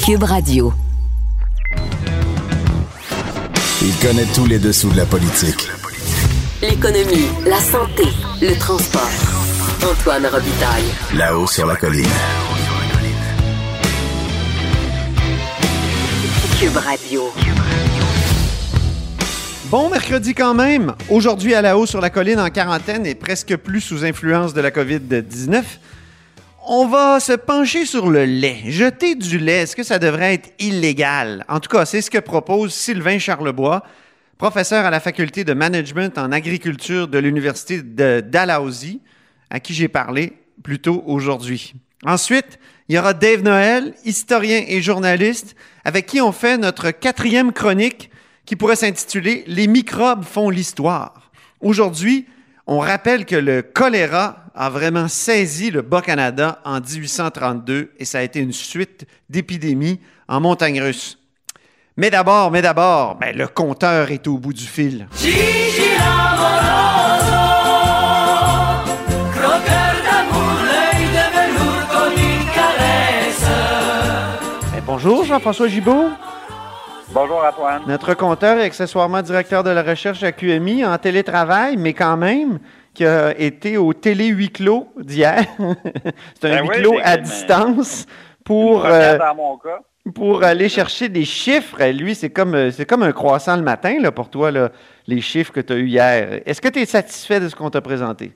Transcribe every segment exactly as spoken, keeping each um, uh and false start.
Cube Radio. Il connaît tous les dessous de la politique. L'économie, la santé, le transport. Antoine Robitaille. Là-haut sur la colline. Cube Radio. Bon mercredi quand même. Aujourd'hui, à la haut sur la colline en quarantaine et presque plus sous influence de la covid dix-neuf, on va se pencher sur le lait. Jeter du lait, est-ce que ça devrait être illégal? En tout cas, c'est ce que propose Sylvain Charlebois, professeur à la faculté de management en agriculture de l'université de Dalhousie, à qui j'ai parlé plus tôt aujourd'hui. Ensuite, il y aura Dave Noël, historien et journaliste, avec qui on fait notre quatrième chronique qui pourrait s'intituler « Les microbes font l'histoire ». Aujourd'hui, on rappelle que le choléra a vraiment saisi le Bas-Canada en dix-huit cent trente-deux et ça a été une suite d'épidémies en montagne russe. Mais d'abord, mais d'abord, ben, le compteur est au bout du fil. Gigi Lamoroso, croqueur d'amour, l'œil de velours comme une caresse. Ben, bonjour Jean-François Gibault. Bonjour Antoine. Notre compteur et accessoirement directeur de la recherche à Q M I en télétravail, mais quand même, qui a été au télé huis clos d'hier. C'est un ben huis oui, clos à distance pour, euh, dans mon cas. pour aller chercher des chiffres. Lui, c'est comme, c'est comme un croissant le matin là, pour toi, là, les chiffres que tu as eus hier. Est-ce que tu es satisfait de ce qu'on t'a présenté?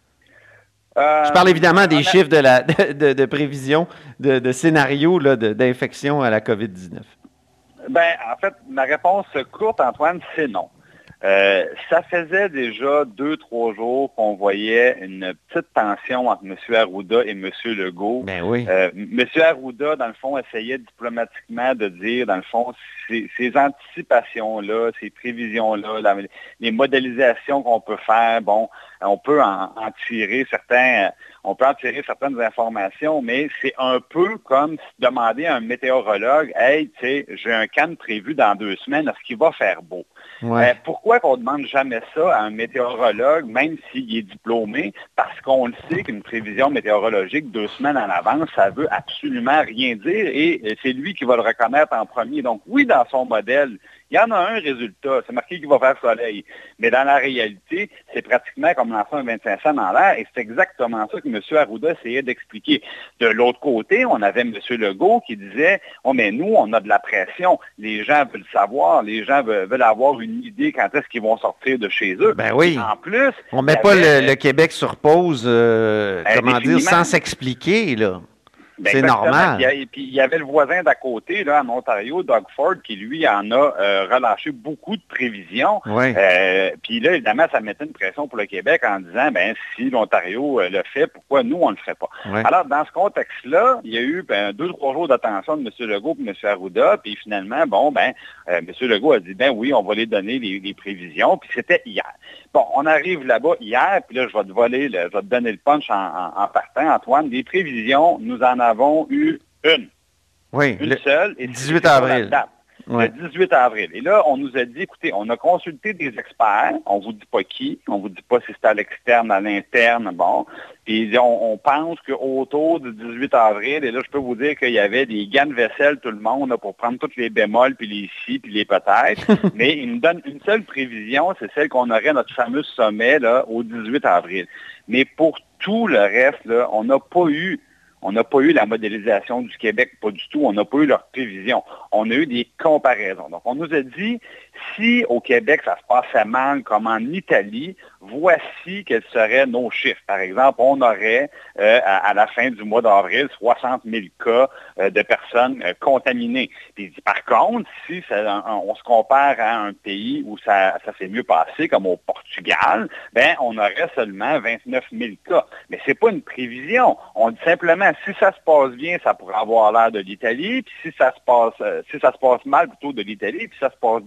Euh, Je parle évidemment des a... chiffres de, la, de, de, de prévision, de, de scénario là, de, d'infection à la covid dix-neuf. Ben, en fait, ma réponse courte, Antoine, c'est non. Euh, ça faisait déjà deux, trois jours qu'on voyait une petite tension entre M. Arruda et M. Legault. Ben oui. Euh, M. Arruda, dans le fond, essayait diplomatiquement de dire, dans le fond, ces, ces anticipations-là, ces prévisions-là, la, les modélisations qu'on peut faire, bon, on peut en, en tirer certains... On peut en tirer certaines informations, mais c'est un peu comme demander à un météorologue, « Hey, tu sais, j'ai un canne prévu dans deux semaines, est-ce qu'il va faire beau? » Ouais. Euh, pourquoi qu'on ne demande jamais ça à un météorologue, même s'il est diplômé? Parce qu'on le sait qu'une prévision météorologique deux semaines en avance, ça veut absolument rien dire et c'est lui qui va le reconnaître en premier. Donc oui, dans son modèle, il y en a un résultat, c'est marqué qu'il va faire soleil. Mais dans la réalité, c'est pratiquement comme lancer un vingt-cinq cents dans l'air et c'est exactement ça que M. Arruda essayait d'expliquer. De l'autre côté, on avait M. Legault qui disait « Oh, mais nous, on a de la pression. Les gens veulent savoir, les gens veulent, veulent avoir une idée quand est-ce qu'ils vont sortir de chez eux. » Ben oui. En plus... On met pas avait... le, le Québec sur pause, euh, ben, comment dire, sans s'expliquer, là. Ben c'est normal. Et puis il y avait le voisin d'à côté, là, en Ontario, Doug Ford, qui lui en a euh, relâché beaucoup de prévisions. Oui. Euh, puis là, évidemment, ça mettait une pression pour le Québec en disant, ben si l'Ontario euh, le fait, pourquoi nous, on ne le ferait pas? Oui. Alors, dans ce contexte-là, il y a eu ben, deux, trois jours d'attention de M. Legault et M. Arruda, puis finalement, bon, ben, euh, M. Legault a dit, ben oui, on va les donner les, les prévisions, puis c'était hier. Bon, on arrive là-bas hier, puis là, je vais te voler, le, je vais te donner le punch en, en, en partant, Antoine. Les prévisions, nous en avons eu une. Oui. Une le seule. Et dix-huit avril. Ouais. Le dix-huit avril. Et là, on nous a dit, écoutez, on a consulté des experts, on vous dit pas qui, on vous dit pas si c'est à l'externe, à l'interne, bon. Puis on, on pense qu'autour du dix-huit avril, et là, je peux vous dire qu'il y avait des gants de vaisselle, tout le monde, là, pour prendre toutes les bémols, puis les si, puis les peut-être. Mais il nous donne une seule prévision, c'est celle qu'on aurait notre fameux sommet, là, au dix-huit avril. Mais pour tout le reste, là, on n'a pas eu On n'a pas eu la modélisation du Québec, pas du tout. On n'a pas eu leur prévision. On a eu des comparaisons. Donc, on nous a dit, si au Québec, ça se passait mal comme en Italie, voici quels seraient nos chiffres. Par exemple, on aurait, euh, à, à la fin du mois d'avril, soixante mille cas euh, de personnes euh, contaminées. Puis, par contre, si ça, on, on se compare à un pays où ça, ça s'est mieux passé, comme au Portugal, ben, on aurait seulement vingt-neuf mille cas. Mais c'est pas une prévision. On dit simplement, si ça se passe bien, ça pourrait avoir l'air de l'Italie, puis si ça se passe, euh, si ça se passe mal, plutôt de l'Italie, puis si ça se passe bien, ça pourrait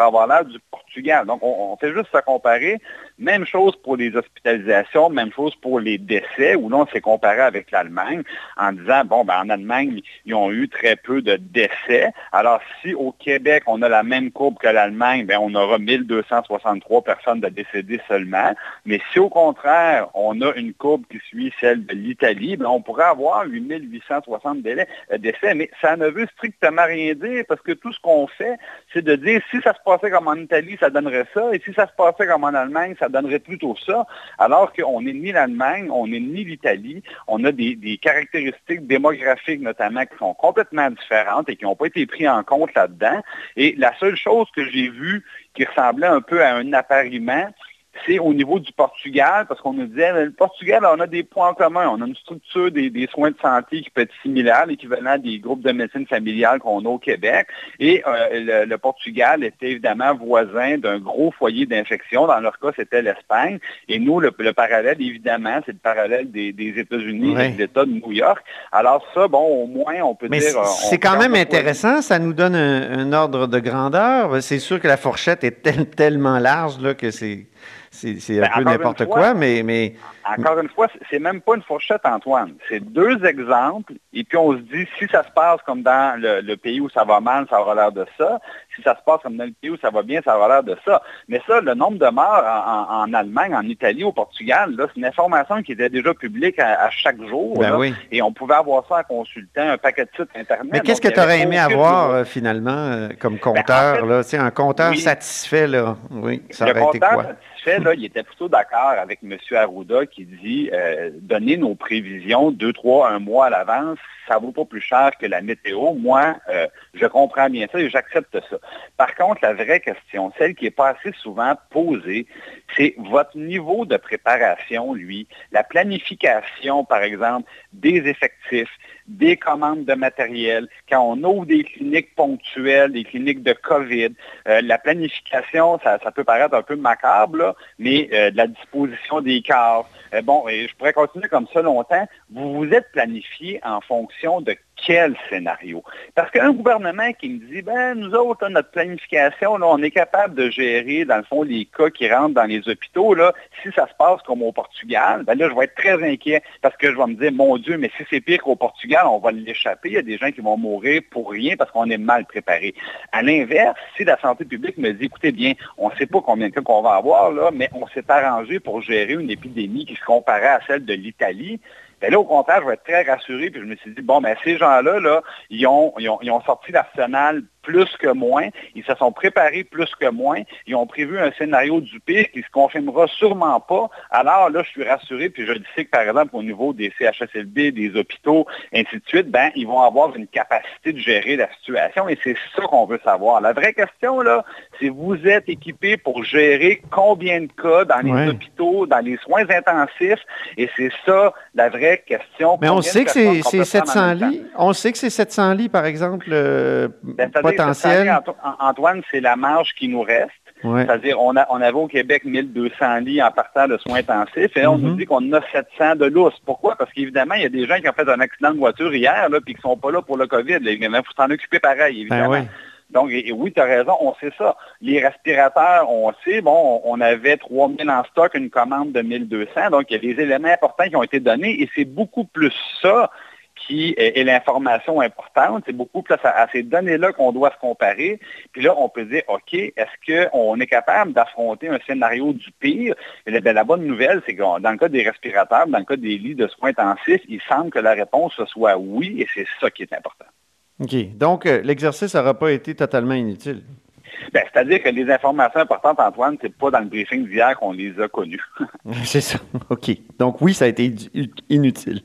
avoir l'air du Portugal. Donc, on, on fait juste se comparer. Même chose pour les hospitalisations, même chose pour les décès, où là, on s'est comparé avec l'Allemagne en disant, bon, ben en Allemagne, ils ont eu très peu de décès. Alors, si au Québec, on a la même courbe que l'Allemagne, ben on aura mille deux cent soixante-trois personnes de décédées seulement. Mais si au contraire, on a une courbe qui suit celle de l'Italie, ben on pourrait avoir huit mille huit cent soixante décès. Mais ça ne veut strictement rien dire parce que tout ce qu'on fait, c'est de dire si ça se passait comme en Italie, ça donnerait ça. Et si ça se passait comme en Allemagne, ça donnerait plutôt ça, alors qu'on n'est ni l'Allemagne, on n'est ni l'Italie, on a des, des caractéristiques démographiques notamment qui sont complètement différentes et qui n'ont pas été prises en compte là-dedans. Et la seule chose que j'ai vue qui ressemblait un peu à un appariement, c'est au niveau du Portugal, parce qu'on nous disait, le Portugal, on a des points en commun. On a une structure des, des soins de santé qui peut être similaire, l'équivalent des groupes de médecine familiale qu'on a au Québec. Et euh, le, le Portugal était évidemment voisin d'un gros foyer d'infection. Dans leur cas, c'était l'Espagne. Et nous, le, le parallèle, évidemment, c'est le parallèle des, des États-Unis oui. et de l'État de New York. Alors ça, bon, au moins, on peut Mais dire... C'est, c'est quand même intéressant. Foyer. Ça nous donne un, un ordre de grandeur. C'est sûr que la fourchette est tel, tellement large là, que c'est... C'est, c'est un ben, peu n'importe fois, quoi, mais, mais... Encore une fois, c'est même pas une fourchette, Antoine. C'est deux exemples, et puis on se dit, si ça se passe comme dans le, le pays où ça va mal, ça aura l'air de ça. Si ça se passe comme dans le pays où ça va bien, ça aura l'air de ça. Mais ça, le nombre de morts en, en, en Allemagne, en Italie, au Portugal, là, c'est une information qui était déjà publique à, à chaque jour. Ben là, oui. Et on pouvait avoir ça en consultant un paquet de sites Internet. Mais qu'est-ce Donc, que tu aurais aimé avoir, euh, finalement, euh, comme compteur? Ben, en fait, là, tu sais, un compteur oui, satisfait, là. Oui, ça aurait été quoi? Satisfait, là, il était plutôt d'accord avec M. Arruda qui dit euh, donner nos prévisions deux, trois, un mois à l'avance, ça ne vaut pas plus cher que la météo. Moi, euh, je comprends bien ça et j'accepte ça. Par contre, la vraie question, celle qui n'est pas assez souvent posée, c'est votre niveau de préparation, lui, la planification, par exemple, des effectifs, des commandes de matériel, quand on ouvre des cliniques ponctuelles, des cliniques de COVID, euh, la planification, ça, ça peut paraître un peu macabre, là, mais euh, de la disposition des corps. Euh, bon, et je pourrais continuer comme ça longtemps. Vous vous êtes planifié en fonction de quel scénario? Parce qu'un gouvernement qui me dit, ben nous autres, là, notre planification, là, on est capable de gérer, dans le fond, les cas qui rentrent dans les hôpitaux, là, si ça se passe comme au Portugal, ben là, je vais être très inquiet parce que je vais me dire, mon Dieu, mais si c'est pire qu'au Portugal, on va l'échapper. Il y a des gens qui vont mourir pour rien parce qu'on est mal préparé. À l'inverse, si la santé publique me dit, écoutez bien, on ne sait pas combien de cas qu'on va avoir, là, mais on s'est arrangé pour gérer une épidémie qui se comparait à celle de l'Italie, ben là, au contraire, je vais être très rassuré, puis je me suis dit, bon, ben ces gens-là, là, ils ont, ils ont, ils ont sorti l'arsenal plus que moins, ils se sont préparés plus que moins, ils ont prévu un scénario du pire qui ne se confirmera sûrement pas. Alors là, je suis rassuré, puis je le sais que, par exemple, au niveau des C H S L B, des hôpitaux, ainsi de suite, ben, ils vont avoir une capacité de gérer la situation, et c'est ça qu'on veut savoir. La vraie question, là, c'est vous êtes équipé pour gérer combien de cas dans les ouais. hôpitaux, dans les soins intensifs, et c'est ça, la vraie question. Mais on sait que c'est, c'est sept cents lits. On sait que c'est sept cents lits, par exemple, euh, ben, potentiel. Lits, Antoine, c'est la marge qui nous reste. Ouais. C'est-à-dire, on, a, on avait au Québec mille deux cents lits en partant de soins intensifs, et là, on mm-hmm. nous dit qu'on en a sept cents de lousse. Pourquoi? Parce qu'évidemment, il y a des gens qui ont fait un accident de voiture hier, là, puis qui ne sont pas là pour le COVID. Il faut s'en occuper pareil, évidemment. Ben oui. Donc, et, et oui, tu as raison, on sait ça. Les respirateurs, on sait, bon, on avait trois mille en stock, une commande de mille deux cents, donc il y a des éléments importants qui ont été donnés, et c'est beaucoup plus ça qui est, est l'information importante. C'est beaucoup plus à, à ces données-là qu'on doit se comparer. Puis là, on peut dire, OK, est-ce qu'on est capable d'affronter un scénario du pire? Et la, la bonne nouvelle, c'est que dans le cas des respirateurs, dans le cas des lits de soins intensifs, il semble que la réponse ce soit oui, et c'est ça qui est important. OK. Donc, euh, l'exercice n'aura pas été totalement inutile. Ben, c'est-à-dire que les informations importantes, Antoine, c'est pas dans le briefing d'hier qu'on les a connues. C'est ça. OK. Donc, oui, ça a été inutile.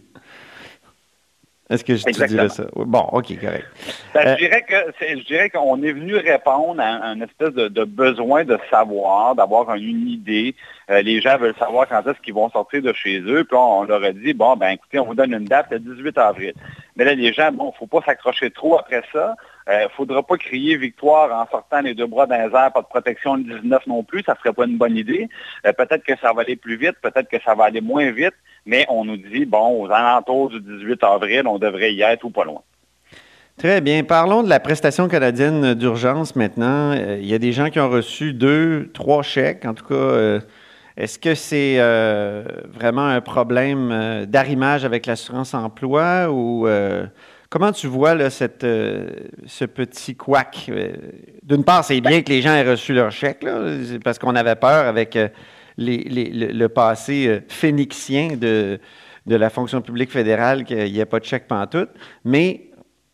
Est-ce que je te dirais ça? Bon, OK, correct. Ben, euh, je dirais que c'est, je dirais qu'on est venu répondre à un, un espèce de, de besoin de savoir, d'avoir une idée. Euh, les gens veulent savoir quand est-ce qu'ils vont sortir de chez eux. Puis on, on leur a dit, bon, ben écoutez, on vous donne une date le dix-huit avril. Mais là, les gens, bon, il ne faut pas s'accrocher trop après ça. Il euh, ne faudra pas crier victoire en sortant les deux bras dans les airs, pas de protection le dix-neuf non plus, ça ne serait pas une bonne idée. Euh, peut-être que ça va aller plus vite, peut-être que ça va aller moins vite, mais on nous dit, bon, aux alentours du dix-huit avril, on devrait y être ou pas loin. Très bien. Parlons de la prestation canadienne d'urgence maintenant. Euh, il y a des gens qui ont reçu deux, trois chèques. En tout cas, euh, est-ce que c'est euh, vraiment un problème euh, d'arrimage avec l'assurance emploi ou euh, comment tu vois là, cette, euh, ce petit couac? Euh, d'une part, c'est bien que les gens aient reçu leur chèque, là, parce qu'on avait peur avec euh, les, les, le, le passé euh, phénixien de, de la fonction publique fédérale qu'il n'y ait pas de chèque pantoute. Mais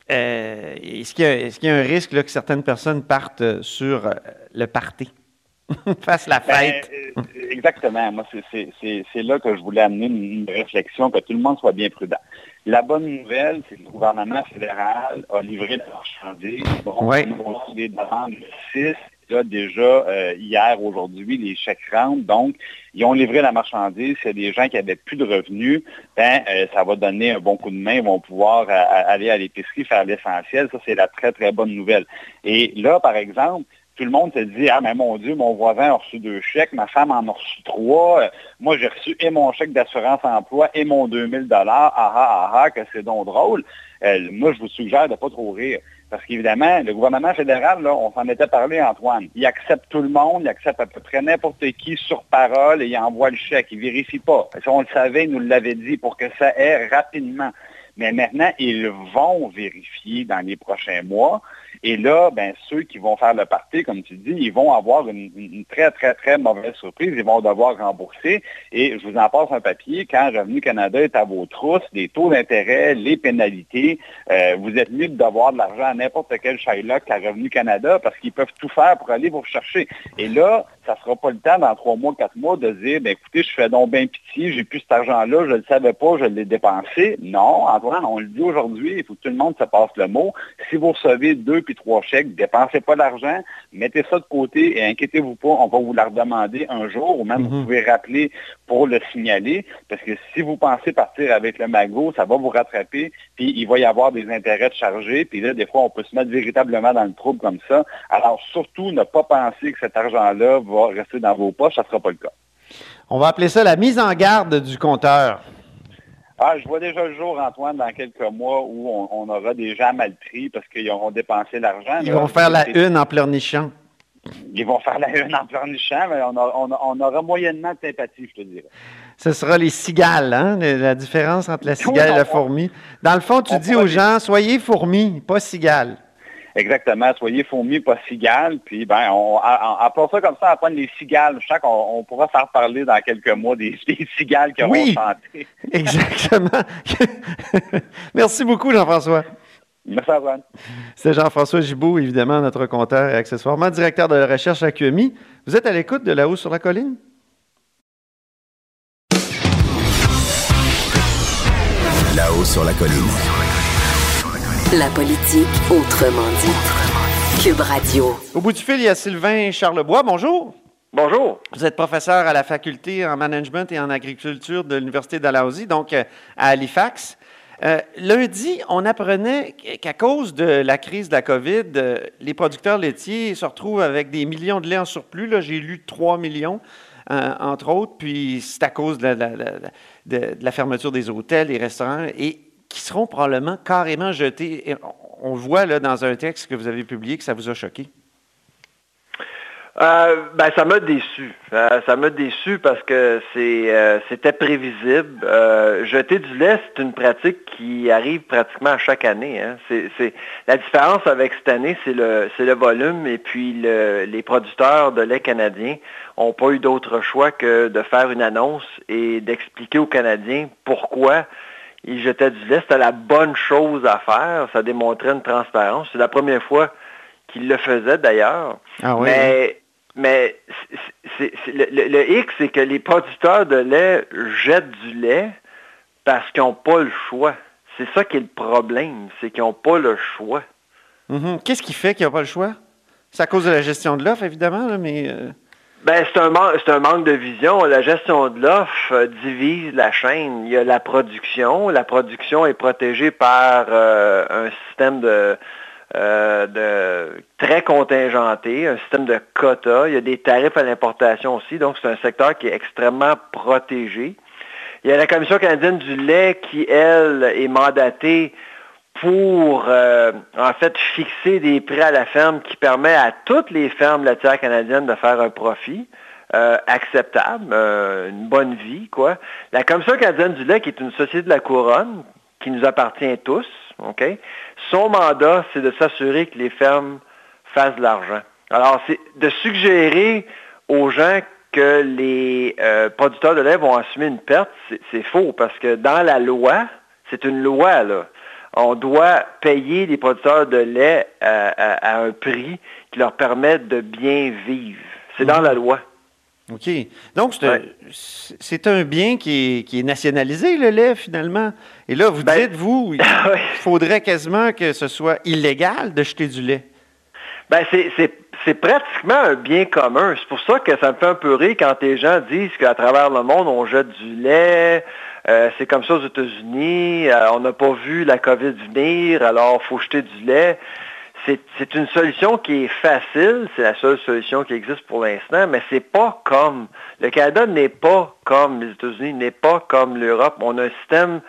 euh, est-ce qu'il y a, est-ce qu'il y a un risque là, que certaines personnes partent sur euh, le party? Fasse la fête. Ben, exactement. Moi, c'est, c'est, c'est, c'est là que je voulais amener une, une réflexion, que tout le monde soit bien prudent. La bonne nouvelle, c'est que le gouvernement fédéral a livré la marchandise. Bon, ouais. On a des demandes de six. Là, déjà, euh, hier, aujourd'hui, les chèques rentrent. Donc, ils ont livré la marchandise. S'il y a des gens qui n'avaient plus de revenus, ben, euh, ça va donner un bon coup de main. Ils vont pouvoir euh, aller à l'épicerie, faire l'essentiel. Ça, c'est la très, très bonne nouvelle. Et là, par exemple, tout le monde se dit, ah, mais mon Dieu, mon voisin a reçu deux chèques, ma femme en a reçu trois. Euh, moi, j'ai reçu et mon chèque d'assurance emploi et mon deux mille dollars. Ah, ah, ah, ah, que c'est donc drôle. Euh, moi, je vous suggère de ne pas trop rire. Parce qu'évidemment, le gouvernement fédéral, là, on s'en était parlé, Antoine, il accepte tout le monde, il accepte à peu près n'importe qui sur parole et il envoie le chèque. Il ne vérifie pas. Si on le savait, il nous l'avait dit pour que ça aille rapidement. Mais maintenant, ils vont vérifier dans les prochains mois. Et là, ben, ceux qui vont faire le party, comme tu dis, ils vont avoir une, une très, très, très mauvaise surprise. Ils vont devoir rembourser. Et je vous en passe un papier. Quand Revenu Canada est à vos trousses, les taux d'intérêt, les pénalités, euh, vous êtes mieux de devoir de l'argent à n'importe quel Shylock à Revenu Canada parce qu'ils peuvent tout faire pour aller vous rechercher. Et là, ça ne sera pas le temps dans trois mois, quatre mois de dire, ben écoutez, je fais donc bien pitié, j'ai plus cet argent-là, je ne le savais pas, je l'ai dépensé. Non, Antoine, on le dit aujourd'hui, il faut que tout le monde se passe le mot. Si vous recevez deux puis trois chèques, dépensez pas l'argent, mettez ça de côté et inquiétez-vous pas, on va vous la redemander un jour, ou même mm-hmm. vous pouvez rappeler pour le signaler, parce que si vous pensez partir avec le magot, ça va vous rattraper, puis il va y avoir des intérêts de charger, puis là, des fois, on peut se mettre véritablement dans le trouble comme ça. Alors, surtout, ne pas penser que cet argent-là va rester dans vos poches, ça ne sera pas le cas. On va appeler ça la mise en garde du compteur. Ah, je vois déjà le jour, Antoine, dans quelques mois où on, on aura des gens mal pris parce qu'ils auront dépensé l'argent. Ils là, vont faire la une en pleurnichant. Ils vont faire la une en pleurnichant, mais on, a, on, a, on aura moyennement de sympathie, je te dirais. Ce sera les cigales, hein? La différence entre la cigale et la fourmi. Dans le fond, tu dis aux gens, soyez fourmis, pas cigales. Exactement, soyez fourmis, pas cigales. Puis, ben, on, appelons ça comme ça, apprendre les cigales. Je sens qu'on on pourra faire parler dans quelques mois des, des cigales qui auront oui, chanté. Exactement. Merci beaucoup, Jean-François. Merci, Antoine. C'est Jean-François Gibault, évidemment, notre compteur et accessoirement directeur de la recherche à Q M I. Vous êtes à l'écoute de Là-haut sur la colline? Là-haut sur la colline. La politique autrement dit. Cube Radio. Au bout du fil, il y a Sylvain Charlebois. Bonjour. Bonjour. Vous êtes professeur à la faculté en management et en agriculture de l'Université Dalhousie, donc à Halifax. Euh, lundi, on apprenait qu'à cause de la crise de la COVID, euh, les producteurs laitiers se retrouvent avec des millions de lait en surplus. Là, j'ai lu trois millions, euh, entre autres, puis c'est à cause de la, la, la, de, de la fermeture des hôtels, des restaurants, et qui seront probablement carrément jetés. Et on voit là dans un texte que vous avez publié que ça vous a choqué. Euh, ben, ça m'a déçu. Euh, ça m'a déçu parce que c'est, euh, c'était prévisible. Euh, jeter du lait, c'est une pratique qui arrive pratiquement à chaque année. Hein. C'est, c'est, la différence avec cette année, c'est le, c'est le volume et puis le, les producteurs de lait canadiens n'ont pas eu d'autre choix que de faire une annonce et d'expliquer aux Canadiens pourquoi ils jetaient du lait. C'était la bonne chose à faire. Ça démontrait une transparence. C'est la première fois qu'ils le faisaient d'ailleurs. Ah oui, mais... Oui. Mais c'est, c'est, le, le X, c'est que les producteurs de lait jettent du lait parce qu'ils n'ont pas le choix. C'est ça qui est le problème, c'est qu'ils n'ont pas le choix. Mm-hmm. Qu'est-ce qui fait qu'ils n'ont pas le choix? C'est à cause de la gestion de l'offre, évidemment, là, mais... Euh... Ben, c'est un, man- c'est un manque de vision. La gestion de l'offre euh, divise la chaîne. Il y a la production. La production est protégée par euh, un système de... Euh, de très contingenté, un système de quotas. Il y a des tarifs à l'importation aussi, donc c'est un secteur qui est extrêmement protégé. Il y a la Commission canadienne du lait qui, elle, est mandatée pour, euh, en fait, fixer des prix à la ferme qui permet à toutes les fermes laitières canadiennes de faire un profit euh, acceptable, euh, une bonne vie, quoi. La Commission canadienne du lait, qui est une société de la couronne, qui nous appartient tous, OK? Son mandat, c'est de s'assurer que les fermes fassent de l'argent. Alors, c'est de suggérer aux gens que les euh, producteurs de lait vont assumer une perte, c'est, c'est faux, parce que dans la loi, c'est une loi, là. On doit payer les producteurs de lait à, à, à un prix qui leur permet de bien vivre. C'est dans la loi. OK. Donc, c'est, ouais. un, c'est un bien qui est, qui est nationalisé, le lait, finalement. Et là, vous ben, dites, vous, il ouais. faudrait quasiment que ce soit illégal de jeter du lait. Ben, c'est, c'est, c'est pratiquement un bien commun. C'est pour ça que ça me fait un peu rire quand les gens disent qu'à travers le monde, on jette du lait. Euh, c'est comme ça aux États-Unis. Euh, on n'a pas vu la COVID venir, alors il faut jeter du lait. C'est, c'est une solution qui est facile. C'est la seule solution qui existe pour l'instant, mais c'est pas comme... Le Canada n'est pas comme les États-Unis, n'est pas comme l'Europe. On a un système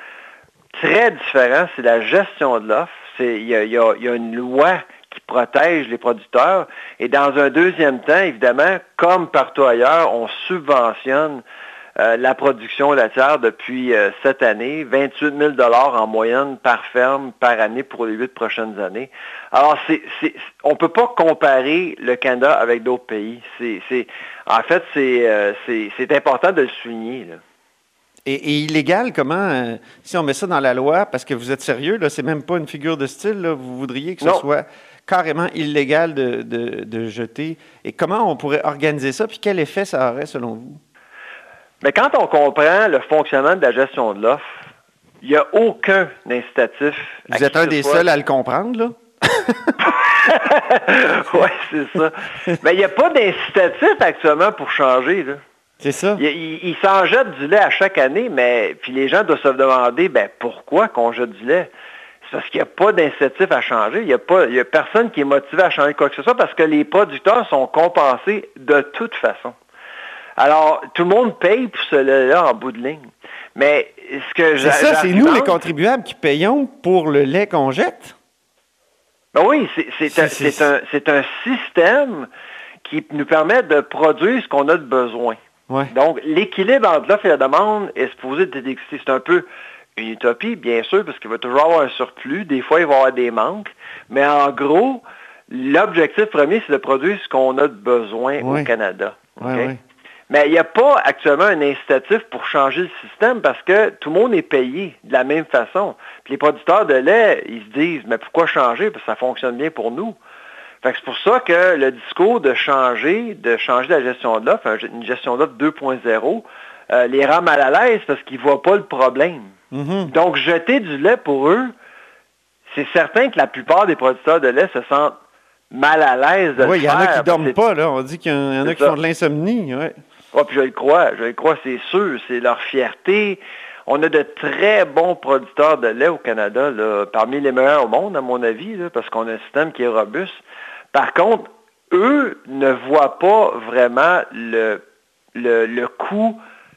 très différent. C'est la gestion de l'offre. Il y a, y a, y a une loi qui protège les producteurs. Et dans un deuxième temps, évidemment, comme partout ailleurs, on subventionne euh, la production laitière depuis euh, cette année, vingt-huit mille dollars en moyenne par ferme par année pour les huit prochaines années. Alors, c'est, c'est, on ne peut pas comparer le Canada avec d'autres pays. C'est, c'est, en fait, c'est, euh, c'est, c'est important de le souligner, là. Et, et illégal, comment, euh, si on met ça dans la loi, parce que vous êtes sérieux, là, c'est même pas une figure de style, là, vous voudriez que ce non. soit carrément illégal de, de, de jeter. Et comment on pourrait organiser ça, puis quel effet ça aurait selon vous? Mais quand on comprend le fonctionnement de la gestion de l'offre, il n'y a aucun incitatif. Vous êtes un des soit... seuls à le comprendre, là? Oui, c'est ça. Mais il n'y a pas d'incitatif actuellement pour changer, là. C'est ça. Il, il, il s'en jette du lait à chaque année, mais puis les gens doivent se demander, ben pourquoi qu'on jette du lait? C'est parce qu'il n'y a pas d'incentive à changer. Il n'y a pas, il y a personne qui est motivé à changer quoi que ce soit parce que les producteurs sont compensés de toute façon. Alors, tout le monde paye pour ce lait-là en bout de ligne. Mais ce que c'est ça, c'est nous les contribuables qui payons pour le lait qu'on jette? Ben oui, c'est, c'est, c'est, un, c'est, c'est, un, c'est un système qui nous permet de produire ce qu'on a de besoin. Ouais. Donc, l'équilibre entre l'offre et la demande est supposé d'exister. C'est un peu une utopie, bien sûr, parce qu'il va toujours avoir un surplus. Des fois, il va y avoir des manques. Mais en gros, l'objectif premier, c'est de produire ce qu'on a de besoin ouais. au Canada. Ouais, okay? ouais. Mais il n'y a pas actuellement un incitatif pour changer le système parce que tout le monde est payé de la même façon. Puis les producteurs de lait, ils se disent, mais pourquoi changer? Parce que ça fonctionne bien pour nous. Fait que c'est pour ça que le discours de changer, de changer la gestion de l'offre, une gestion d'offre deux point zéro, euh, les rend mal à l'aise parce qu'ils ne voient pas le problème. Mm-hmm. Donc, jeter du lait pour eux, c'est certain que la plupart des producteurs de lait se sentent mal à l'aise de oui, le faire. Oui, il y en a qui ne dorment pas, là. On dit qu'il y en a qui ça. font de l'insomnie. Oui, ouais, puis je le crois, je le crois, c'est sûr. C'est leur fierté. On a de très bons producteurs de lait au Canada, là, parmi les meilleurs au monde, à mon avis, là, parce qu'on a un système qui est robuste. Par contre, eux ne voient pas vraiment le, le, le coût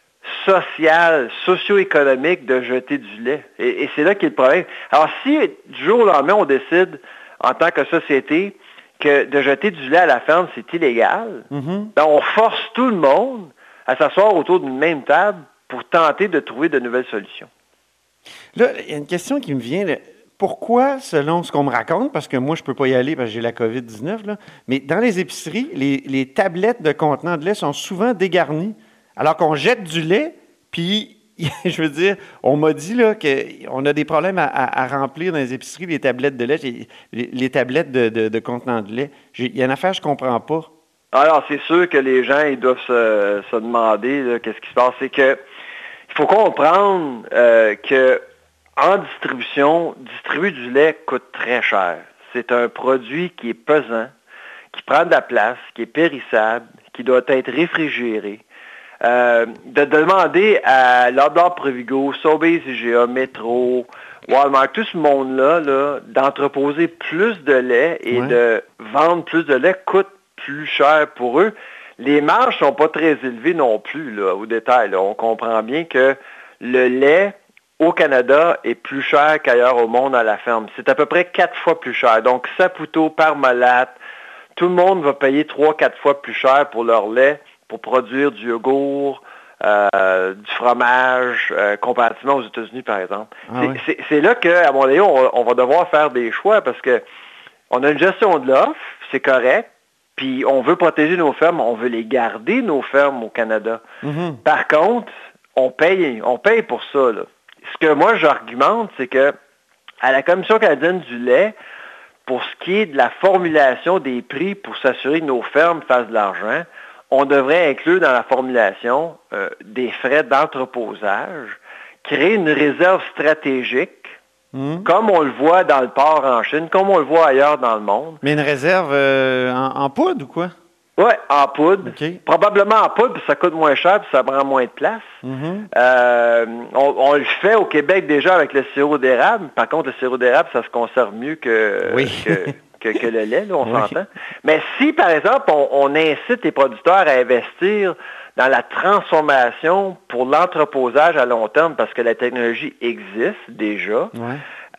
social, socio-économique de jeter du lait. Et, et c'est là qu'est le problème. Alors, si du jour au lendemain, on décide, en tant que société, que de jeter du lait à la ferme, c'est illégal, mm-hmm. ben on force tout le monde à s'asseoir autour d'une même table pour tenter de trouver de nouvelles solutions. Là, il y a une question qui me vient. Là. Pourquoi, selon ce qu'on me raconte, parce que moi, je ne peux pas y aller parce que j'ai la covid dix-neuf, là, mais dans les épiceries, les, les tablettes de contenants de lait sont souvent dégarnies, alors qu'on jette du lait, puis, je veux dire, on m'a dit là, qu'on a des problèmes à, à, à remplir dans les épiceries les tablettes de lait, les, les tablettes de, de, de contenants de lait. J'ai, il y a une affaire que je ne comprends pas. Alors, c'est sûr que les gens, ils doivent se, se demander là, qu'est-ce qui se passe. C'est que il faut comprendre euh, que en distribution, distribuer du lait coûte très cher. C'est un produit qui est pesant, qui prend de la place, qui est périssable, qui doit être réfrigéré. Euh, de demander à Loblaw Provigo, Sobeys I G A, Metro, Walmart, tout ce monde-là, là, d'entreposer plus de lait et ouais. de vendre plus de lait coûte plus cher pour eux. Les marges ne sont pas très élevées non plus là, au détail. Là. On comprend bien que le lait, au Canada est plus cher qu'ailleurs au monde à la ferme. C'est à peu près quatre fois plus cher. Donc, Saputo, Parmalat, tout le monde va payer trois, quatre fois plus cher pour leur lait pour produire du yogourt, euh, du fromage, euh, comparativement aux États-Unis, par exemple. Ah c'est, oui. c'est, c'est là qu'à mon avis, on, on va devoir faire des choix parce que on a une gestion de l'offre, c'est correct, puis on veut protéger nos fermes, on veut les garder, nos fermes au Canada. Mm-hmm. Par contre, on paye, on paye pour ça, là. Ce que moi, j'argumente, c'est que à la Commission canadienne du lait, pour ce qui est de la formulation des prix pour s'assurer que nos fermes fassent de l'argent, on devrait inclure dans la formulation euh, des frais d'entreposage, créer une réserve stratégique, mmh. comme on le voit dans le port en Chine, comme on le voit ailleurs dans le monde. Mais une réserve euh, en, en poudre ou quoi? Oui, en poudre. Okay. Probablement en poudre, puis ça coûte moins cher, puis ça prend moins de place. Mm-hmm. Euh, on, on le fait au Québec déjà avec le sirop d'érable. Par contre, le sirop d'érable, ça se conserve mieux que, oui. que, que, que le lait, là, on oui. s'entend. Mais si, par exemple, on, on incite les producteurs à investir dans la transformation pour l'entreposage à long terme, parce que la technologie existe déjà, ouais.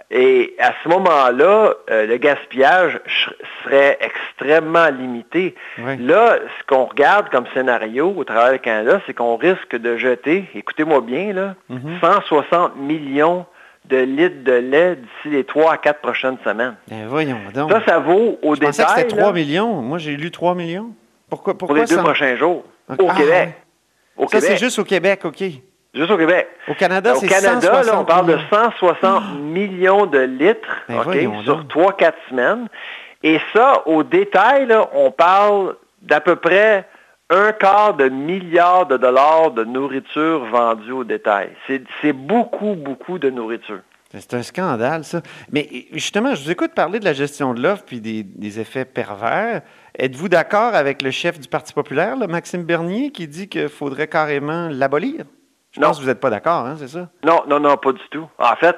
et à ce moment-là, euh, le gaspillage serait extrêmement limité. Oui. Là, ce qu'on regarde comme scénario au travers du Canada, c'est qu'on risque de jeter, écoutez-moi bien, là, mm-hmm. cent soixante millions de litres de lait d'ici les trois à quatre prochaines semaines. Ben voyons donc. Ça, ça vaut au Je détail. pensais que c'était trois là, millions. Moi, j'ai lu trois millions. Pourquoi, pourquoi pour les deux ça... prochains jours. Ah, au Québec. Ouais. Au ça, Québec. c'est juste au Québec, OK. Juste au Québec. Au Canada, au c'est Canada, cent soixante là, on parle millions. de cent soixante oh. millions de litres ben okay, sur trois à quatre semaines. Et ça, au détail, là, on parle d'à peu près un quart de milliard de dollars de nourriture vendue au détail. C'est, c'est beaucoup, beaucoup de nourriture. C'est un scandale, ça. Mais justement, je vous écoute parler de la gestion de l'offre puis des, des effets pervers. Êtes-vous d'accord avec le chef du Parti populaire, là, Maxime Bernier, qui dit qu'il faudrait carrément l'abolir? Je non. pense que vous n'êtes pas d'accord, hein, c'est ça? Non, non, non, pas du tout. En fait,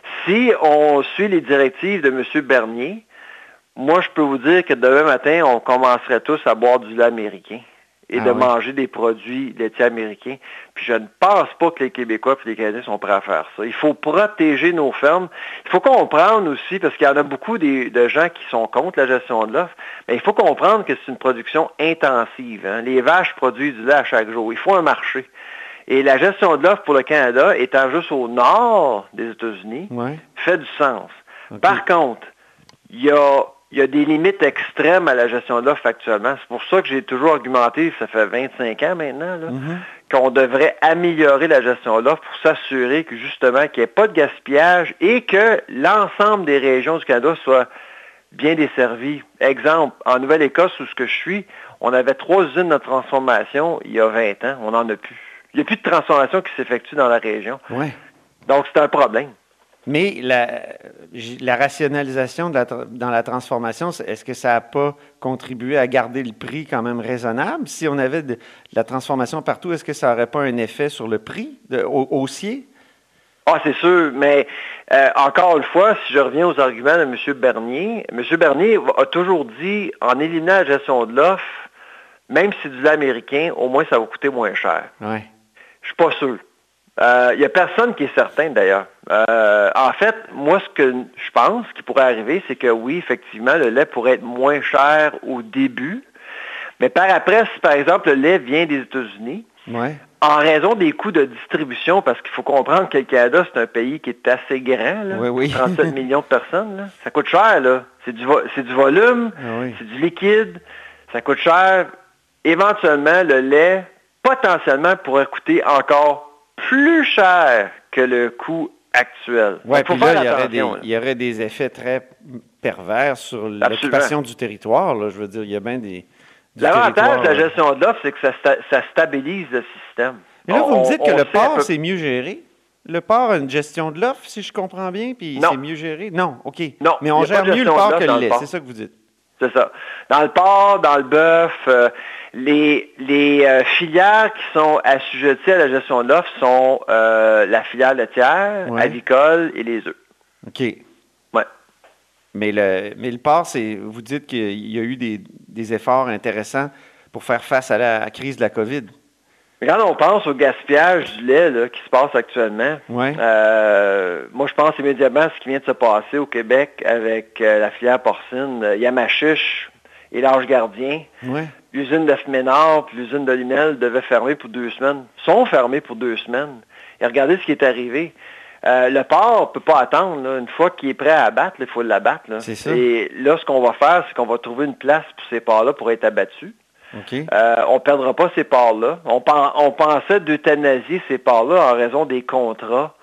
si on suit les directives de M. Bernier, moi, je peux vous dire que demain matin, on commencerait tous à boire du lait américain et ah de oui. manger des produits laitiers américains. Puis je ne pense pas que les Québécois et les Canadiens sont prêts à faire ça. Il faut protéger nos fermes. Il faut comprendre aussi, parce qu'il y en a beaucoup des, de gens qui sont contre la gestion de l'offre, mais il faut comprendre que c'est une production intensive. Hein. Les vaches produisent du lait à chaque jour. Il faut un marché. Et la gestion de l'offre pour le Canada, étant juste au nord des États-Unis, ouais. fait du sens. Okay. Par contre, il y a... Il y a des limites extrêmes à la gestion de l'offre actuellement. C'est pour ça que j'ai toujours argumenté, ça fait vingt-cinq ans maintenant, là, mm-hmm. qu'on devrait améliorer la gestion de l'offre pour s'assurer que justement qu'il n'y ait pas de gaspillage et que l'ensemble des régions du Canada soient bien desservies. Exemple, en Nouvelle-Écosse, où ce que je suis, on avait trois usines de transformation il y a vingt ans. On n'en a plus. Il n'y a plus de transformation qui s'effectue dans la région. Ouais. Donc, c'est un problème. Mais la, la rationalisation de la, dans la transformation, est-ce que ça n'a pas contribué à garder le prix quand même raisonnable? Si on avait de, de la transformation partout, est-ce que ça n'aurait pas un effet sur le prix de, au, haussier? Ah, c'est sûr, mais euh, encore une fois, si je reviens aux arguments de M. Bernier, M. Bernier a toujours dit, en éliminant la gestion de l'offre, même si c'est du lait américain, au moins ça va coûter moins cher. Ouais. Je suis pas sûr. Il euh, n'y a personne qui est certain, d'ailleurs. Euh, en fait, moi, ce que je pense qui pourrait arriver, c'est que oui, effectivement, le lait pourrait être moins cher au début, mais par après, si par exemple le lait vient des États-Unis, ouais. en raison des coûts de distribution, parce qu'il faut comprendre que le Canada, c'est un pays qui est assez grand, là, oui, oui. trente-sept millions de personnes, là. Ça coûte cher, là. C'est du, vo- c'est du volume, oui. c'est du liquide, ça coûte cher. Éventuellement, le lait, potentiellement, pourrait coûter encore plus cher que le coût actuel. Oui, puis là, il y, aurait des, là. il y aurait des effets très pervers sur Absolument. l'occupation du territoire. Là. Je veux dire, il y a bien des... L'avantage de la gestion de l'offre, c'est que ça, sta- ça stabilise le système. Mais là, on, vous me dites on, que on le port, peu... c'est mieux géré. Le port a une gestion de l'offre, si je comprends bien, puis non. c'est mieux géré. Non, OK. Non, mais on gère mieux le port que le lait, c'est ça que vous dites. C'est ça. Dans le porc, dans le bœuf, euh, les, les euh, filières qui sont assujetties à la gestion de l'offre sont euh, la filière laitière, ouais. avicole et les œufs. OK. Ouais. Mais le, mais le porc, c'est, vous dites qu'il y a eu des, des efforts intéressants pour faire face à la crise de la COVID. Mais quand on pense au gaspillage du lait là, qui se passe actuellement, ouais. euh, moi je pense immédiatement à ce qui vient de se passer au Québec avec euh, la filière porcine, euh, Yamachiche et l'Ange Gardien. Ouais. L'usine de Ménard puis l'usine de Lunel devaient fermer pour deux semaines. Sont fermés pour deux semaines. Et regardez ce qui est arrivé. Euh, le porc ne peut pas attendre. Là. Une fois qu'il est prêt à abattre, il faut l'abattre. Là. C'est ça. Et là, ce qu'on va faire, c'est qu'on va trouver une place pour ces porcs-là pour être abattus. Okay. Euh, on ne perdra pas ces porcs-là. On, pen- on pensait d'euthanasier ces porcs-là en raison des contrats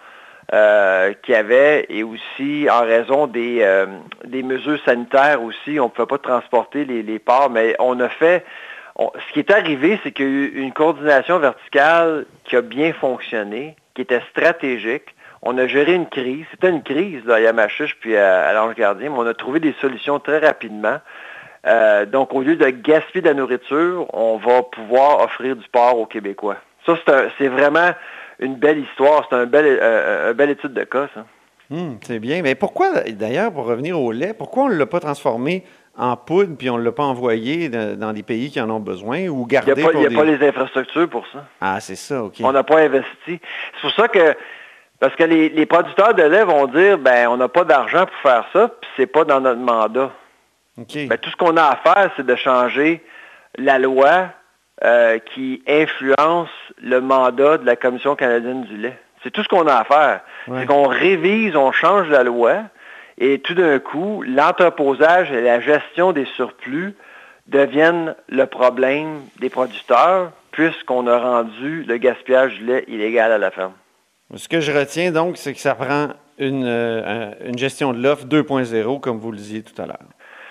euh, qu'il y avait et aussi en raison des, euh, des mesures sanitaires aussi. On ne pouvait pas transporter les, les porcs, mais on a fait... On, ce qui est arrivé, c'est qu'il y a eu une coordination verticale qui a bien fonctionné, qui était stratégique. On a géré une crise. C'était une crise là, à Yamachiche puis à, à l'Ange Gardien, mais on a trouvé des solutions très rapidement. Euh, donc, au lieu de gaspiller de la nourriture, on va pouvoir offrir du porc aux Québécois. Ça, c'est, un, c'est vraiment une belle histoire. C'est un bel, euh, un bel étude de cas, ça. Hum, c'est bien. Mais pourquoi, d'ailleurs, pour revenir au lait, pourquoi on ne l'a pas transformé en poudre puis on ne l'a pas envoyé de, dans des pays qui en ont besoin ou gardé Il n'y a, pas, pour il y a des... pas les infrastructures pour ça. Ah, c'est ça, OK. On n'a pas investi. C'est pour ça que Parce que les, les producteurs de lait vont dire, ben, on n'a pas d'argent pour faire ça, puis c'est pas dans notre mandat. Okay. Ben, tout ce qu'on a à faire, c'est de changer la loi euh, qui influence le mandat de la Commission canadienne du lait. C'est tout ce qu'on a à faire. Ouais. C'est qu'on révise, on change la loi, et tout d'un coup, l'entreposage et la gestion des surplus deviennent le problème des producteurs, puisqu'on a rendu le gaspillage du lait illégal à la ferme. Ce que je retiens donc, c'est que ça prend une, euh, une gestion de l'offre deux point zéro, comme vous le disiez tout à l'heure.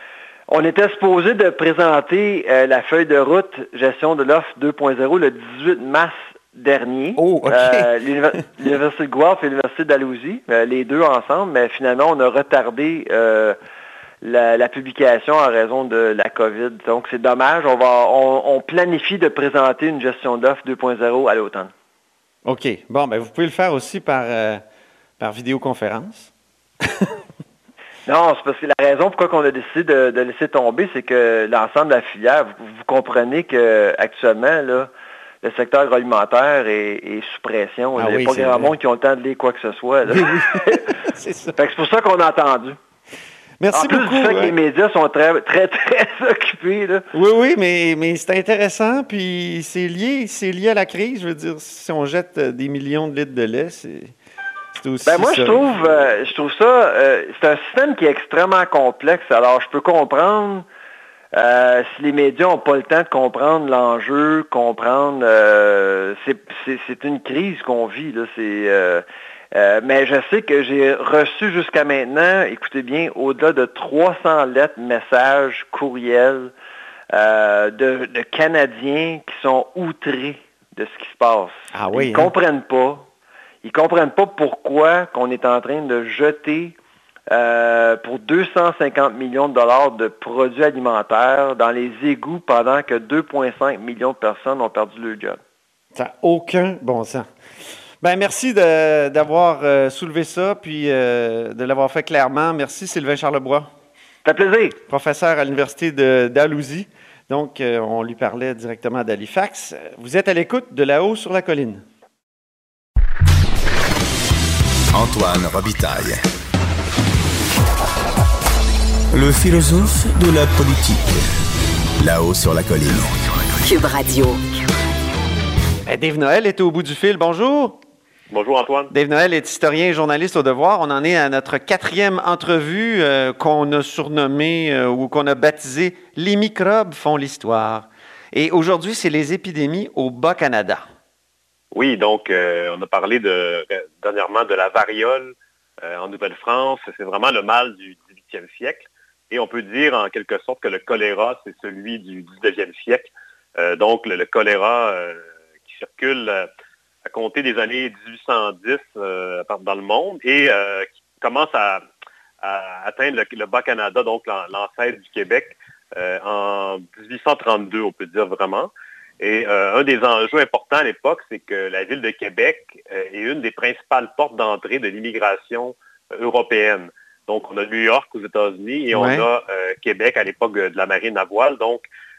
On était supposé de présenter euh, la feuille de route gestion de l'offre deux point zéro le dix-huit mars dernier. Oh, OK. Euh, l'univers- L'Université de Guelph et l'Université de Dalhousie, euh, les deux ensemble, mais finalement, on a retardé euh, la, la publication en raison de la COVID. Donc, c'est dommage. On, va, on, on planifie de présenter une gestion d'offre deux point zéro à l'automne. OK. Bon, ben vous pouvez le faire aussi par, euh, par vidéoconférence. Non, c'est parce que la raison pourquoi on a décidé de, de laisser tomber, c'est que l'ensemble de la filière, vous, vous comprenez qu'actuellement, là, le secteur agroalimentaire est, est sous pression. Ah Il n'y a oui, pas c'est grand vrai. monde qui ont le temps de lire quoi que ce soit. Là. Oui, oui. C'est ça. Fait que c'est pour ça qu'on a entendu. Merci en plus beaucoup. du fait que hein. les médias sont très, très, très occupés. Là. Oui, oui, mais, mais c'est intéressant, puis c'est lié, c'est lié à la crise. Je veux dire, si on jette des millions de litres de lait, c'est, c'est aussi Ben moi, ça. je trouve, euh, je trouve ça, euh, c'est un système qui est extrêmement complexe. Alors, je peux comprendre euh, si les médias n'ont pas le temps de comprendre l'enjeu, comprendre, euh, c'est, c'est, c'est une crise qu'on vit. Là, c'est... Euh, Euh, mais je sais que j'ai reçu jusqu'à maintenant, écoutez bien, au-delà de trois cents lettres, messages, courriels euh, de, de Canadiens qui sont outrés de ce qui se passe. Ah oui, Ils hein? comprennent pas. Ils comprennent pas pourquoi qu'on est en train de jeter euh, pour deux cent cinquante millions de dollars de produits alimentaires dans les égouts pendant que deux virgule cinq millions de personnes ont perdu leur job. Ça n'a aucun bon sens. Ben merci de, d'avoir euh, soulevé ça, puis euh, de l'avoir fait clairement. Merci Sylvain Charlebois. Ça fait plaisir. Professeur à l'Université de Dalhousie. Donc, euh, on lui parlait directement d'Halifax. Vous êtes à l'écoute de Là-haut sur la colline. Antoine Robitaille. Le philosophe de la politique. Là-haut sur la colline. Cube Radio. Eh, Dave Noël est au bout du fil. Bonjour. Bonjour Antoine. Dave Noël est historien et journaliste au Devoir. On en est à notre quatrième entrevue euh, qu'on a surnommée euh, ou qu'on a baptisée « Les microbes font l'histoire ». Et aujourd'hui, c'est les épidémies au Bas-Canada. Oui, donc euh, on a parlé de, euh, dernièrement de la variole euh, en Nouvelle-France. C'est vraiment le mal du dix-huitième siècle. Et on peut dire en quelque sorte que le choléra, c'est celui du dix-neuvième siècle. Euh, donc le, le choléra euh, qui circule... Euh, à compter des années dix-huit cent dix euh, dans le monde et euh, qui commence à, à atteindre le, le Bas-Canada, donc l'ancêtre du Québec, euh, en dix-huit cent trente-deux, on peut dire vraiment. Et euh, un des enjeux importants à l'époque, c'est que la ville de Québec euh, est une des principales portes d'entrée de l'immigration euh, européenne. Donc, on a New York aux États-Unis et Ouais. on a euh, Québec à l'époque de la marine à voile. Donc,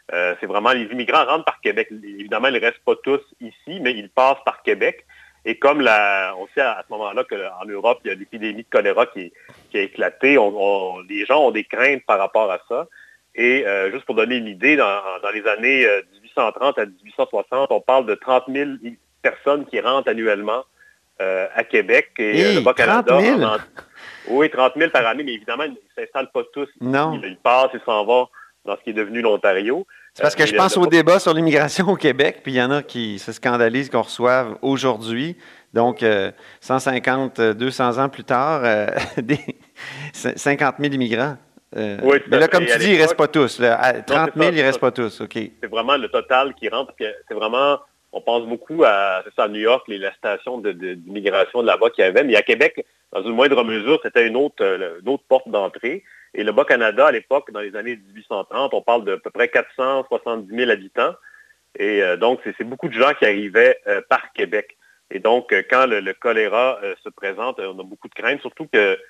Euh, c'est vraiment, les immigrants rentrent par Québec. Évidemment, ils ne restent pas tous ici, mais ils passent par Québec. Et comme la, on sait à ce moment-là qu'en Europe, il y a l'épidémie de choléra qui, qui a éclaté, on, on, les gens ont des craintes par rapport à ça. Et euh, juste pour donner une idée, dans, dans les années dix-huit cent trente à dix-huit cent soixante, on parle de trente mille personnes qui rentrent annuellement euh, à Québec. Et hey, le Bas-Canada... trente mille? En, oui, trente mille par année, mais évidemment, ils ne s'installent pas tous. Non. Ils, ils passent et s'en vont dans ce qui est devenu l'Ontario. C'est parce que euh, je pense le, au le... débat sur l'immigration au Québec, puis il y en a qui se scandalisent qu'on reçoive aujourd'hui, donc euh, cent cinquante, deux cents ans plus tard, euh, des cinquante mille immigrants. Euh, oui, mais là, comme tu dis, ils ne restent pas tous. Là. À trente mille, ils ne restent pas tous. OK. C'est vraiment le total qui rentre. C'est vraiment, on pense beaucoup à, c'est ça, à New York, les, la station de, de, d'immigration de là-bas qu'il y avait. Mais à Québec, dans une moindre mesure, c'était une autre, une autre porte d'entrée. Et le Bas-Canada, à l'époque, dans les années dix-huit cent trente, on parle de à peu près quatre cent soixante-dix mille habitants. Et euh, donc, c'est, c'est beaucoup de gens qui arrivaient euh, par Québec. Et donc, euh, quand le, le choléra euh, se présente, on a beaucoup de craintes, surtout que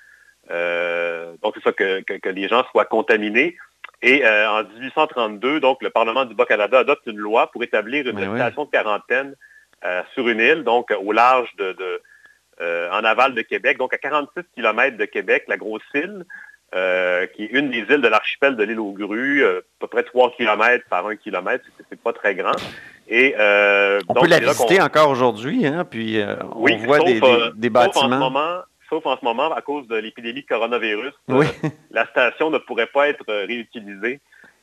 Euh, donc, c'est ça, que, que, que les gens soient contaminés. Et euh, en dix-huit cent trente-deux, donc, le Parlement du Bas-Canada adopte une loi pour établir une Mais station oui. de quarantaine euh, sur une île, donc au large de, de euh, en aval de Québec, donc à quarante-six kilomètres de Québec, la grosse île, euh, qui est une des îles de l'archipel de l'île aux Grues, euh, à peu près trois kilomètres par un kilomètre, c'est, c'est pas très grand. Et, euh, on donc, peut la visiter encore aujourd'hui, hein, puis euh, oui, on voit sauf, des, des, des bâtiments. Sauf en ce moment, Sauf en ce moment, à cause de l'épidémie de coronavirus, oui. euh, la station ne pourrait pas être euh, réutilisée.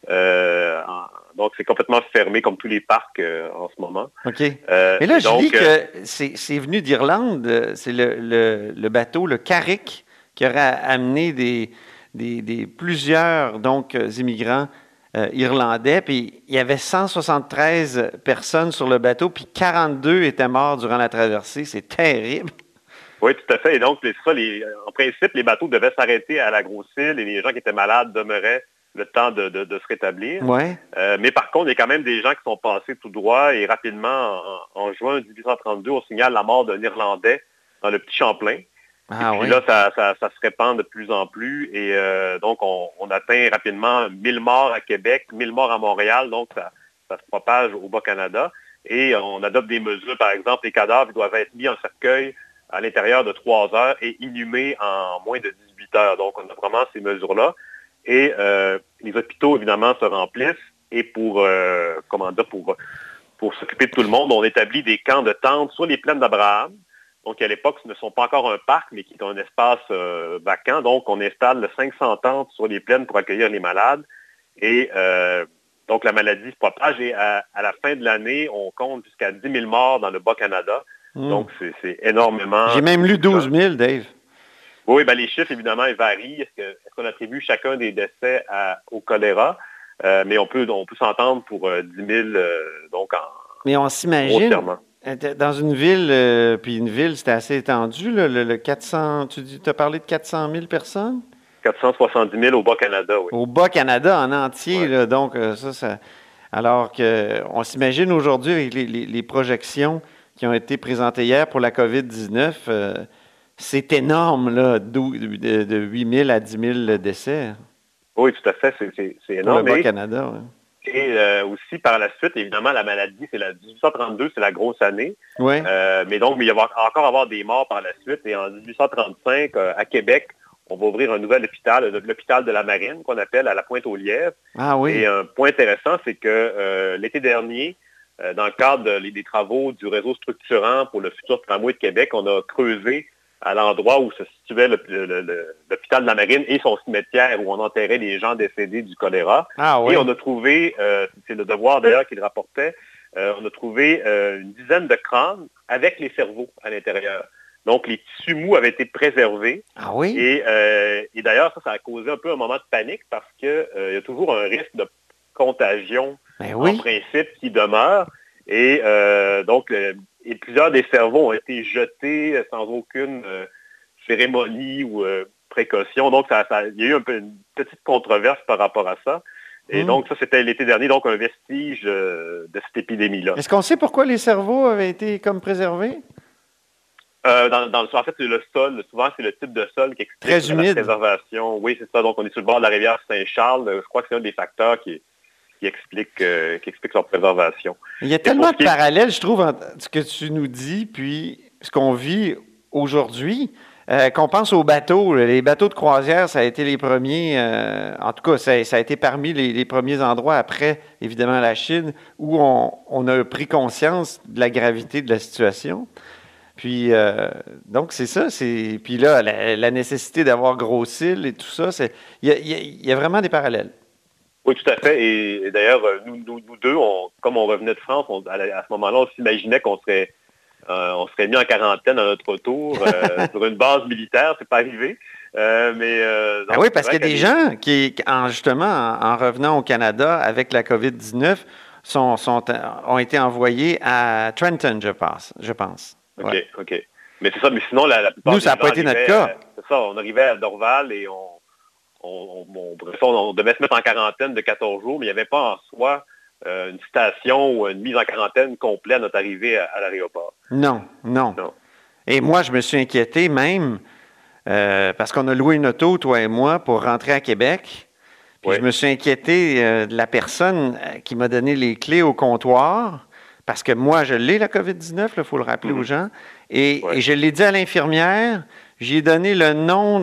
Euh, en, donc, c'est complètement fermé, comme tous les parcs euh, en ce moment. OK. Euh, Mais là, je donc, lis que euh, c'est, c'est venu d'Irlande. C'est le, le, le bateau, le Carrick, qui aurait amené des, des, des plusieurs donc, immigrants euh, irlandais. Puis il y avait cent soixante-treize personnes sur le bateau, puis quarante-deux étaient morts durant la traversée. C'est terrible. Oui, tout à fait. Et donc, c'est ça, les, en principe, les bateaux devaient s'arrêter à la grosse île et les gens qui étaient malades demeuraient le temps de, de, de se rétablir. Ouais. Euh, mais par contre, il y a quand même des gens qui sont passés tout droit et rapidement, en, en juin dix-huit cent trente-deux, on signale la mort d'un Irlandais dans le Petit Champlain. Ah, et puis oui. là, ça, ça, ça se répand de plus en plus et euh, donc on, on atteint rapidement mille morts à Québec, mille morts à Montréal, donc ça, ça se propage au Bas-Canada et on adopte des mesures, par exemple, les cadavres doivent être mis en cercueil à l'intérieur de trois heures et inhumés en moins de dix-huit heures. Donc, on a vraiment ces mesures-là. Et euh, les hôpitaux, évidemment, se remplissent. Et pour, euh, comment dire, pour, pour s'occuper de tout le monde, on établit des camps de tentes sur les plaines d'Abraham. Donc, à l'époque, ce ne sont pas encore un parc, mais qui est un espace euh, vacant. Donc, on installe cinq cents tentes sur les plaines pour accueillir les malades. Et euh, donc, la maladie se propage. Et à, à la fin de l'année, on compte jusqu'à dix mille morts dans le Bas-Canada. Mmh. Donc, c'est, c'est énormément. J'ai même lu douze mille, Dave. Oui, ben, les chiffres, évidemment, ils varient. Est-ce, que, est-ce qu'on attribue chacun des décès à, au choléra? Euh, mais on peut, on peut s'entendre pour euh, dix mille, euh, donc en... Mais on s'imagine, dans une ville, euh, puis une ville, c'était assez étendu, là, le, le quatre cents, tu dis, as parlé de quatre cent mille personnes? quatre cent soixante-dix mille au Bas-Canada, oui. Au Bas-Canada en entier, ouais. Là, donc euh, ça, ça... Alors qu'on s'imagine aujourd'hui avec les, les, les projections qui ont été présentées hier pour la covid dix-neuf, euh, c'est énorme, là, de, de huit mille à dix mille décès. Oui, tout à fait, c'est, c'est, c'est énorme. Pour le Bas-Canada, oui. Et euh, aussi, par la suite, évidemment, la maladie, c'est la dix-huit cent trente-deux, c'est la grosse année. Oui. Euh, mais donc, il va y avoir, encore avoir des morts par la suite. Et en dix-huit cent trente-cinq, euh, à Québec, on va ouvrir un nouvel hôpital, l'hôpital de la Marine, qu'on appelle à la Pointe-aux-Lièvres. Ah oui. Et un point intéressant, c'est que euh, l'été dernier, euh, dans le cadre de, des travaux du réseau structurant pour le futur tramway de Québec, on a creusé à l'endroit où se situait le, le, le, l'hôpital de la Marine et son cimetière où on enterrait les gens décédés du choléra. Ah oui. Et on a trouvé, euh, c'est le devoir d'ailleurs qu'il rapportait, euh, on a trouvé euh, une dizaine de crânes avec les cerveaux à l'intérieur. Donc, les tissus mous avaient été préservés. Ah oui? Et, euh, et d'ailleurs, ça, ça a causé un peu un moment de panique parce qu'il euh, y a toujours un risque de contagion, ben oui. en principe, qui demeure. Et euh, donc, euh, et plusieurs des cerveaux ont été jetés sans aucune euh, cérémonie ou euh, précaution. Donc, ça, ça, il y a eu un peu une petite controverse par rapport à ça. Et mmh. donc, ça, c'était l'été dernier, donc un vestige euh, de cette épidémie-là. Est-ce qu'on sait pourquoi les cerveaux avaient été comme préservés? Euh, dans, dans, en fait, c'est le sol. Souvent, c'est le type de sol qui explique Très humide. La préservation. Oui, c'est ça. Donc, on est sur le bord de la rivière Saint-Charles. Je crois que c'est un des facteurs qui, qui explique, euh, qui explique leur préservation. Il y a tellement de parallèles, je trouve, entre ce que tu nous dis puis ce qu'on vit aujourd'hui. Euh, qu'on pense aux bateaux. Les bateaux de croisière, ça a été les premiers, euh, en tout cas, ça, ça a été parmi les, les premiers endroits après, évidemment, la Chine, où on, on a pris conscience de la gravité de la situation. Puis, euh, donc, c'est ça. C'est, puis là, la, la nécessité d'avoir Gros-Île et tout ça, c'est, il y a, y, y a vraiment des parallèles. Oui, tout à fait. Et, et d'ailleurs, nous, nous, nous deux, on, comme on revenait de France, on, à, à ce moment-là, on s'imaginait qu'on serait... Euh, on serait mis en quarantaine à notre retour euh, sur une base militaire. C'est pas arrivé. Euh, mais, euh, donc, ah oui, parce qu'il y a des gens qui, en, justement, en, en revenant au Canada avec la covid dix-neuf, sont, sont, ont été envoyés à Trenton, je pense. Je pense. OK, ouais. OK. Mais c'est ça, mais sinon, la, la plupart Nous, ça n'a pas été notre cas. À, c'est ça, on arrivait à Dorval et on, on, on, on, on devait se mettre en quarantaine de quatorze jours, mais il n'y avait pas en soi Euh, une station ou une mise en quarantaine complète à notre arrivée à, à l'aéroport. Non, non, non. Et moi, je me suis inquiété même euh, parce qu'on a loué une auto, toi et moi, pour rentrer à Québec. Puis oui. Je me suis inquiété euh, de la personne qui m'a donné les clés au comptoir parce que moi, je l'ai, la covid dix-neuf, il faut le rappeler mm-hmm. aux gens. Et, ouais. et je l'ai dit à l'infirmière, j'ai donné le nom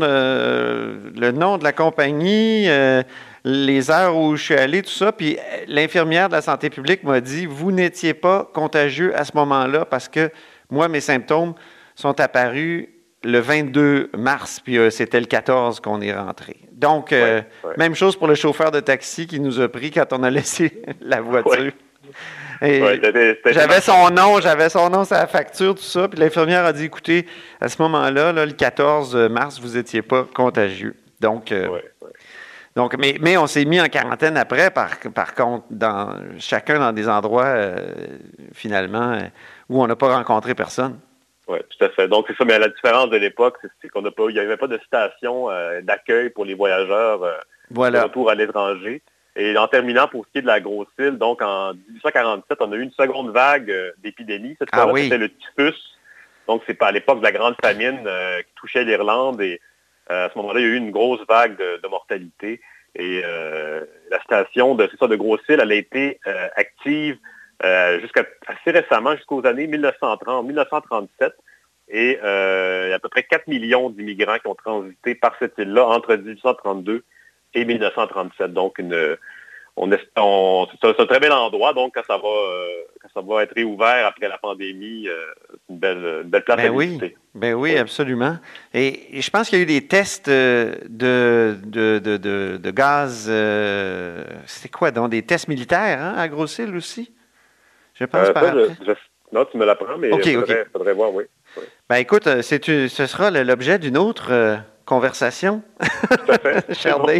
de, le nom de la compagnie, euh, les heures où je suis allé, tout ça. Puis l'infirmière de la santé publique m'a dit, vous n'étiez pas contagieux à ce moment-là parce que moi, mes symptômes sont apparus le vingt-deux mars, puis euh, c'était le quatorze qu'on est rentré. Donc, euh, ouais, ouais. même chose pour le chauffeur de taxi qui nous a pris quand on a laissé la voiture. Ouais. Et ouais, c'était, c'était j'avais son nom, j'avais son nom sur la facture, tout ça. Puis l'infirmière a dit, écoutez, à ce moment-là, là, le quatorze mars, vous n'étiez pas contagieux. Donc, euh, ouais, ouais. donc mais, mais on s'est mis en quarantaine après, par, par contre, dans, chacun dans des endroits, euh, finalement, où on n'a pas rencontré personne. Oui, tout à fait. Donc, c'est ça, mais la différence de l'époque, c'est qu'on n'a pas, il n'y avait pas de station euh, d'accueil pour les voyageurs euh, voilà. de retour à l'étranger. Et en terminant, pour ce qui est de la Grosse-Île, donc en dix-huit cent quarante-sept, on a eu une seconde vague euh, d'épidémie. Cette fois-là, ah, oui. c'était le typhus. Donc, c'est pas à l'époque de la grande famine euh, qui touchait l'Irlande. Et euh, à ce moment-là, il y a eu une grosse vague de, de mortalité. Et euh, la station de, c'est ça, de Grosse-Île, elle a été euh, active euh, jusqu'à assez récemment, jusqu'aux années mille neuf cent trente, mille neuf cent trente-sept. Et euh, il y a à peu près quatre millions d'immigrants qui ont transité par cette île-là entre dix-huit cent trente-deux et mille neuf cent trente-sept. Donc, une, on, on, c'est, un, c'est un très bel endroit. Donc, quand ça va, euh, quand ça va être réouvert après la pandémie, euh, c'est une belle, une belle place ben à visiter. Oui. Ben oui, absolument. Et, et je pense qu'il y a eu des tests de, de, de, de, de, de gaz. Euh, c'était quoi, donc? Des tests militaires, hein, à Grosse-Île aussi? Je pense euh, par après. Je, je, non, tu me l'apprends, mais il okay, faudrait, okay. faudrait voir, oui. oui. Ben écoute, c'est, ce sera l'objet d'une autre euh, conversation. Tout à fait. Cher Dave.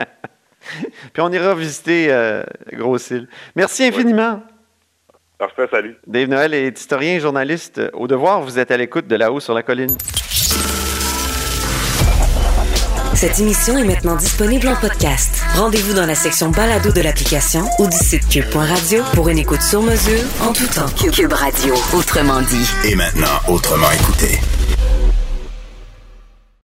Puis on ira visiter euh, Grosse-Île. Merci infiniment. Oui. Parfait, salut. Dave Noël est historien et journaliste au Devoir. Vous êtes à l'écoute de Là-haut sur la colline. Cette émission est maintenant disponible en podcast. Rendez-vous dans la section balado de l'application ou du site cube point radio pour une écoute sur mesure en tout temps. Cube Radio, autrement dit. Et maintenant, autrement écouté.